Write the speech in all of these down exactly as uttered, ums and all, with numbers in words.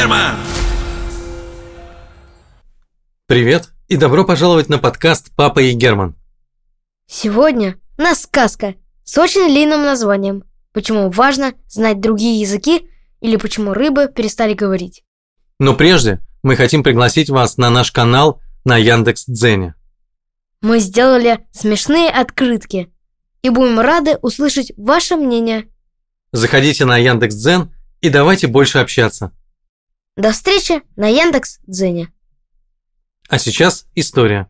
Герман! Привет и добро пожаловать на подкаст «Папа и Герман». Сегодня у нас сказка с очень длинным названием «Почему важно знать другие языки» или «Почему рыбы перестали говорить». Но прежде мы хотим пригласить вас на наш канал на Яндекс.Дзене. Мы сделали смешные открытки и будем рады услышать ваше мнение. Заходите на Яндекс.Дзен и давайте больше общаться. До встречи на Яндекс.Дзене. А сейчас история.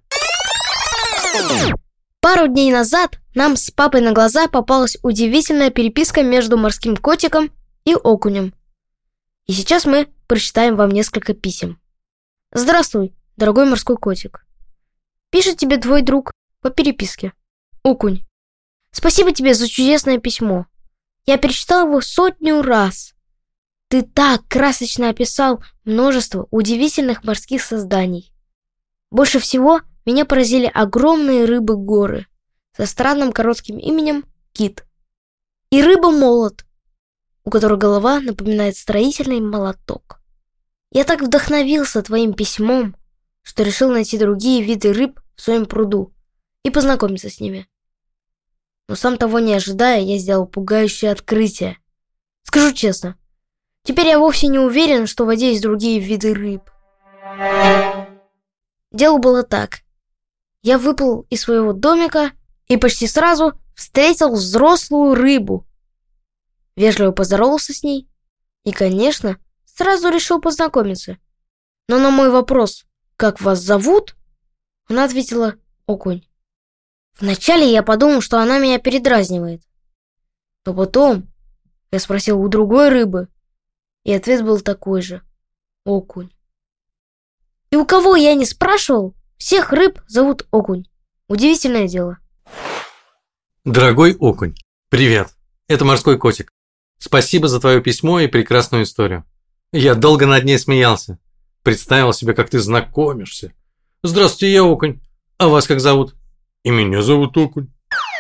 Пару дней назад нам с папой на глаза попалась удивительная переписка между морским котиком и окунем. И сейчас мы прочитаем вам несколько писем. Здравствуй, дорогой морской котик. Пишет тебе твой друг по переписке. Окунь. Спасибо тебе за чудесное письмо. Я перечитал его сотню раз. Ты так красочно описал множество удивительных морских созданий. Больше всего меня поразили огромные рыбы-горы со странным коротким именем Кит. И рыба-молот, у которой голова напоминает строительный молоток. Я так вдохновился твоим письмом, что решил найти другие виды рыб в своем пруду и познакомиться с ними. Но сам того не ожидая, я сделал пугающее открытие. Скажу честно, теперь я вовсе не уверен, что в воде есть другие виды рыб. Дело было так. Я выплыл из своего домика и почти сразу встретил взрослую рыбу. Вежливо поздоровался с ней и, конечно, сразу решил познакомиться. Но на мой вопрос «Как вас зовут?» она ответила «Окунь». Вначале я подумал, что она меня передразнивает. Но потом я спросил у другой рыбы, и ответ был такой же «Окунь». И у кого я не спрашивал, всех рыб зовут Окунь. Удивительное дело. Дорогой Окунь, привет. Это морской котик. Спасибо за твое письмо и прекрасную историю. Я долго над ней смеялся. Представил себе, как ты знакомишься. Здравствуйте, я Окунь. А вас как зовут? И меня зовут Окунь.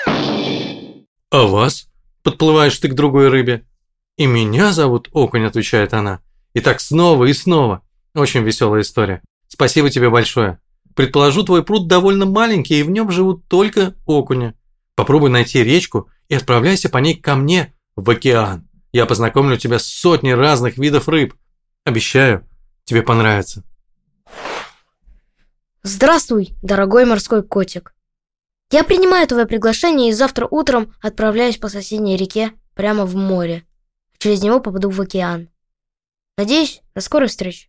А вас? Подплываешь ты к другой рыбе. И меня зовут Окунь, отвечает она. И так снова и снова. Очень веселая история. Спасибо тебе большое. Предположу, твой пруд довольно маленький, и в нем живут только окуни. Попробуй найти речку и отправляйся по ней ко мне в океан. Я познакомлю тебя с сотней разных видов рыб. Обещаю, тебе понравится. Здравствуй, дорогой морской котик. Я принимаю твое приглашение и завтра утром отправляюсь по соседней реке прямо в море. Через него попаду в океан. Надеюсь, на скорой встрече.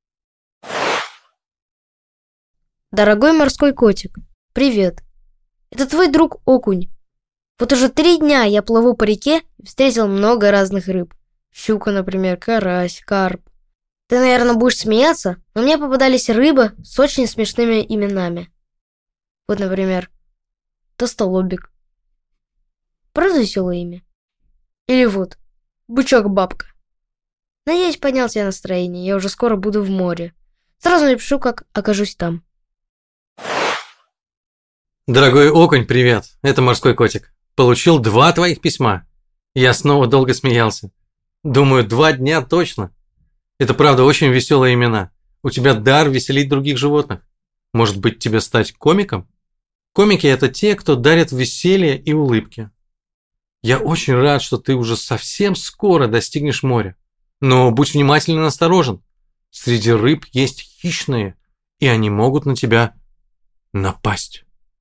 Дорогой морской котик, привет. Это твой друг Окунь. Вот уже три дня я плыву по реке и встретил много разных рыб. Щука, например, карась, карп. Ты, наверное, будешь смеяться, но мне попадались рыбы с очень смешными именами. Вот, например, Толстолобик. Правда веселое имя? Или вот, Бычок-бабка. Надеюсь поднять себе настроение, я уже скоро буду в море. Сразу напишу, как окажусь там. Дорогой Окунь, привет. Это морской котик. Получил два твоих письма. Я снова долго смеялся. Думаю, два дня точно. Это правда очень веселые имена. У тебя дар веселить других животных. Может быть, тебе стать комиком? Комики – это те, кто дарят веселье и улыбки. Я очень рад, что ты уже совсем скоро достигнешь моря. Но будь внимателен и осторожен. Среди рыб есть хищные, и они могут на тебя напасть.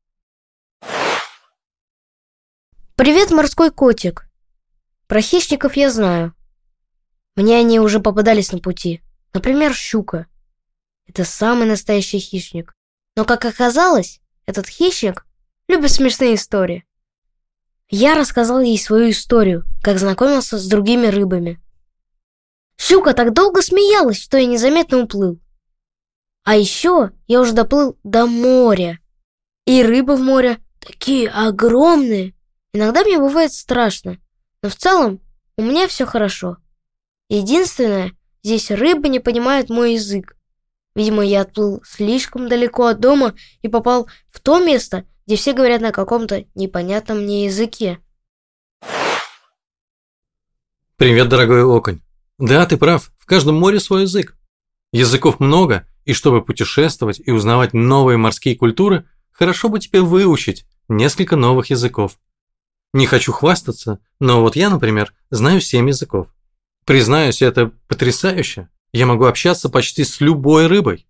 Привет, морской котик. Про хищников я знаю. Мне они уже попадались на пути. Например, щука. Это самый настоящий хищник. Но, как оказалось, этот хищник любит смешные истории. Я рассказал ей свою историю, как знакомился с другими рыбами. Щука так долго смеялась, что я незаметно уплыл. А еще я уже доплыл до моря. И рыбы в море такие огромные. Иногда мне бывает страшно, но в целом у меня все хорошо. Единственное, здесь рыбы не понимают мой язык. Видимо, я отплыл слишком далеко от дома и попал в то место, где все говорят на каком-то непонятном мне языке. Привет, дорогой Окунь. Да, ты прав. В В каждом море свой язык. Языков много, и чтобы путешествовать и узнавать новые морские культуры, хорошо бы тебе выучить несколько новых языков. Не хочу хвастаться, но вот я, например, знаю семь языков. Признаюсь, это потрясающе. Я могу общаться почти с любой рыбой.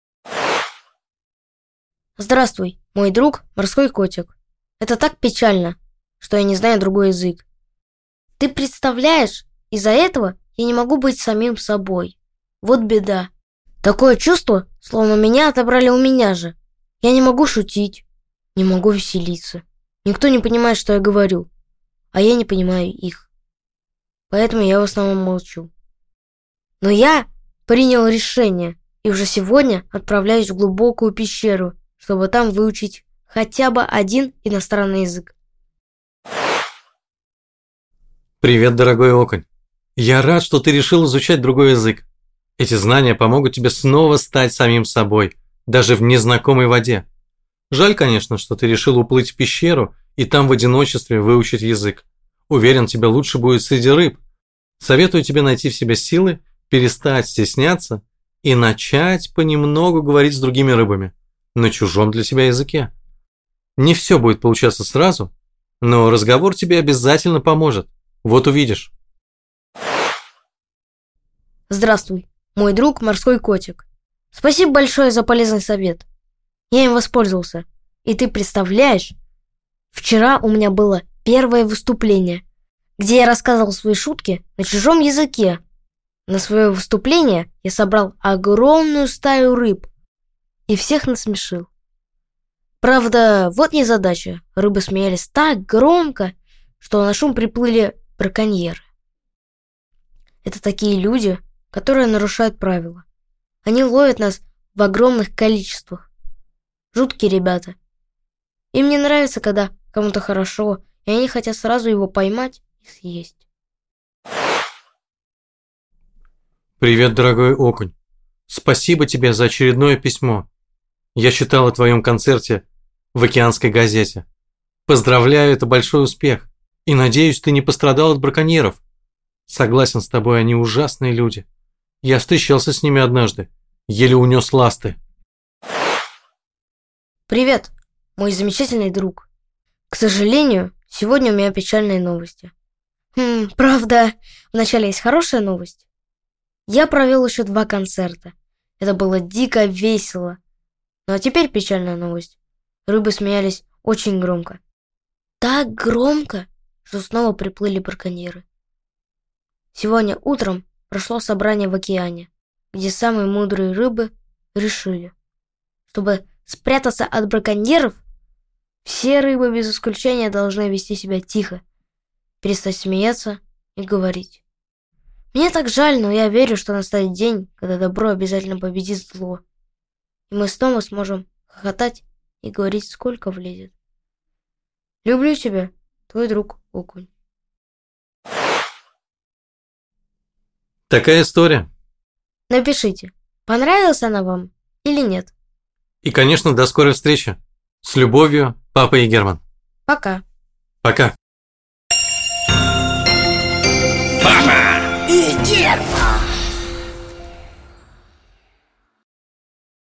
Здравствуй, мой друг, морской котик. Это так печально, что я не знаю другой язык. Ты представляешь, из-за этого я не могу быть самим собой. Вот беда. Такое чувство, словно меня отобрали у меня же. Я не могу шутить, не могу веселиться. Никто не понимает, что я говорю, а я не понимаю их. Поэтому я в основном молчу. Но я принял решение и уже сегодня отправляюсь в глубокую пещеру, чтобы там выучить хотя бы один иностранный язык. Привет, дорогой окунь. Я рад, что ты решил изучать другой язык. Эти знания помогут тебе снова стать самим собой, даже в незнакомой воде. Жаль, конечно, что ты решил уплыть в пещеру и там в одиночестве выучить язык. Уверен, тебе лучше будет среди рыб. Советую тебе найти в себе силы, перестать стесняться и начать понемногу говорить с другими рыбами на чужом для тебя языке. Не все будет получаться сразу, но разговор тебе обязательно поможет. Вот увидишь. Здравствуй, мой друг, морской котик. Спасибо большое за полезный совет. Я им воспользовался. И ты представляешь, вчера у меня было первое выступление, где я рассказывал свои шутки на чужом языке. На свое выступление я собрал огромную стаю рыб и всех насмешил. Правда, вот незадача. Рыбы смеялись так громко, что на шум приплыли браконьеры. Это такие люди, которые нарушают правила. Они ловят нас в огромных количествах. Жуткие ребята. Им не нравится, когда кому-то хорошо, и они хотят сразу его поймать и съесть. Привет, дорогой окунь. Спасибо тебе за очередное письмо. Я читал о твоем концерте в «Океанской газете». Поздравляю, это большой успех. И надеюсь, ты не пострадал от браконьеров. Согласен с тобой, они ужасные люди. Я встречался с ними однажды. Еле унес ласты. Привет, мой замечательный друг. К сожалению, сегодня у меня печальные новости. Хм, правда, вначале есть хорошая новость. Я провел еще два концерта. Это было дико весело. Ну а теперь печальная новость. Рыбы смеялись очень громко. Так громко, что снова приплыли браконьеры. Сегодня утром прошло собрание в океане, где самые мудрые рыбы решили, чтобы спрятаться от браконьеров, все рыбы без исключения должны вести себя тихо, перестать смеяться и говорить. Мне так жаль, но я верю, что настанет день, когда добро обязательно победит зло, и мы снова сможем хохотать и говорить, сколько влезет. Люблю тебя, твой друг Окунь. Такая история. Напишите, понравилась она вам или нет. И, конечно, до скорой встречи. С любовью, папа и Герман. Пока. Пока. Папа и Герман.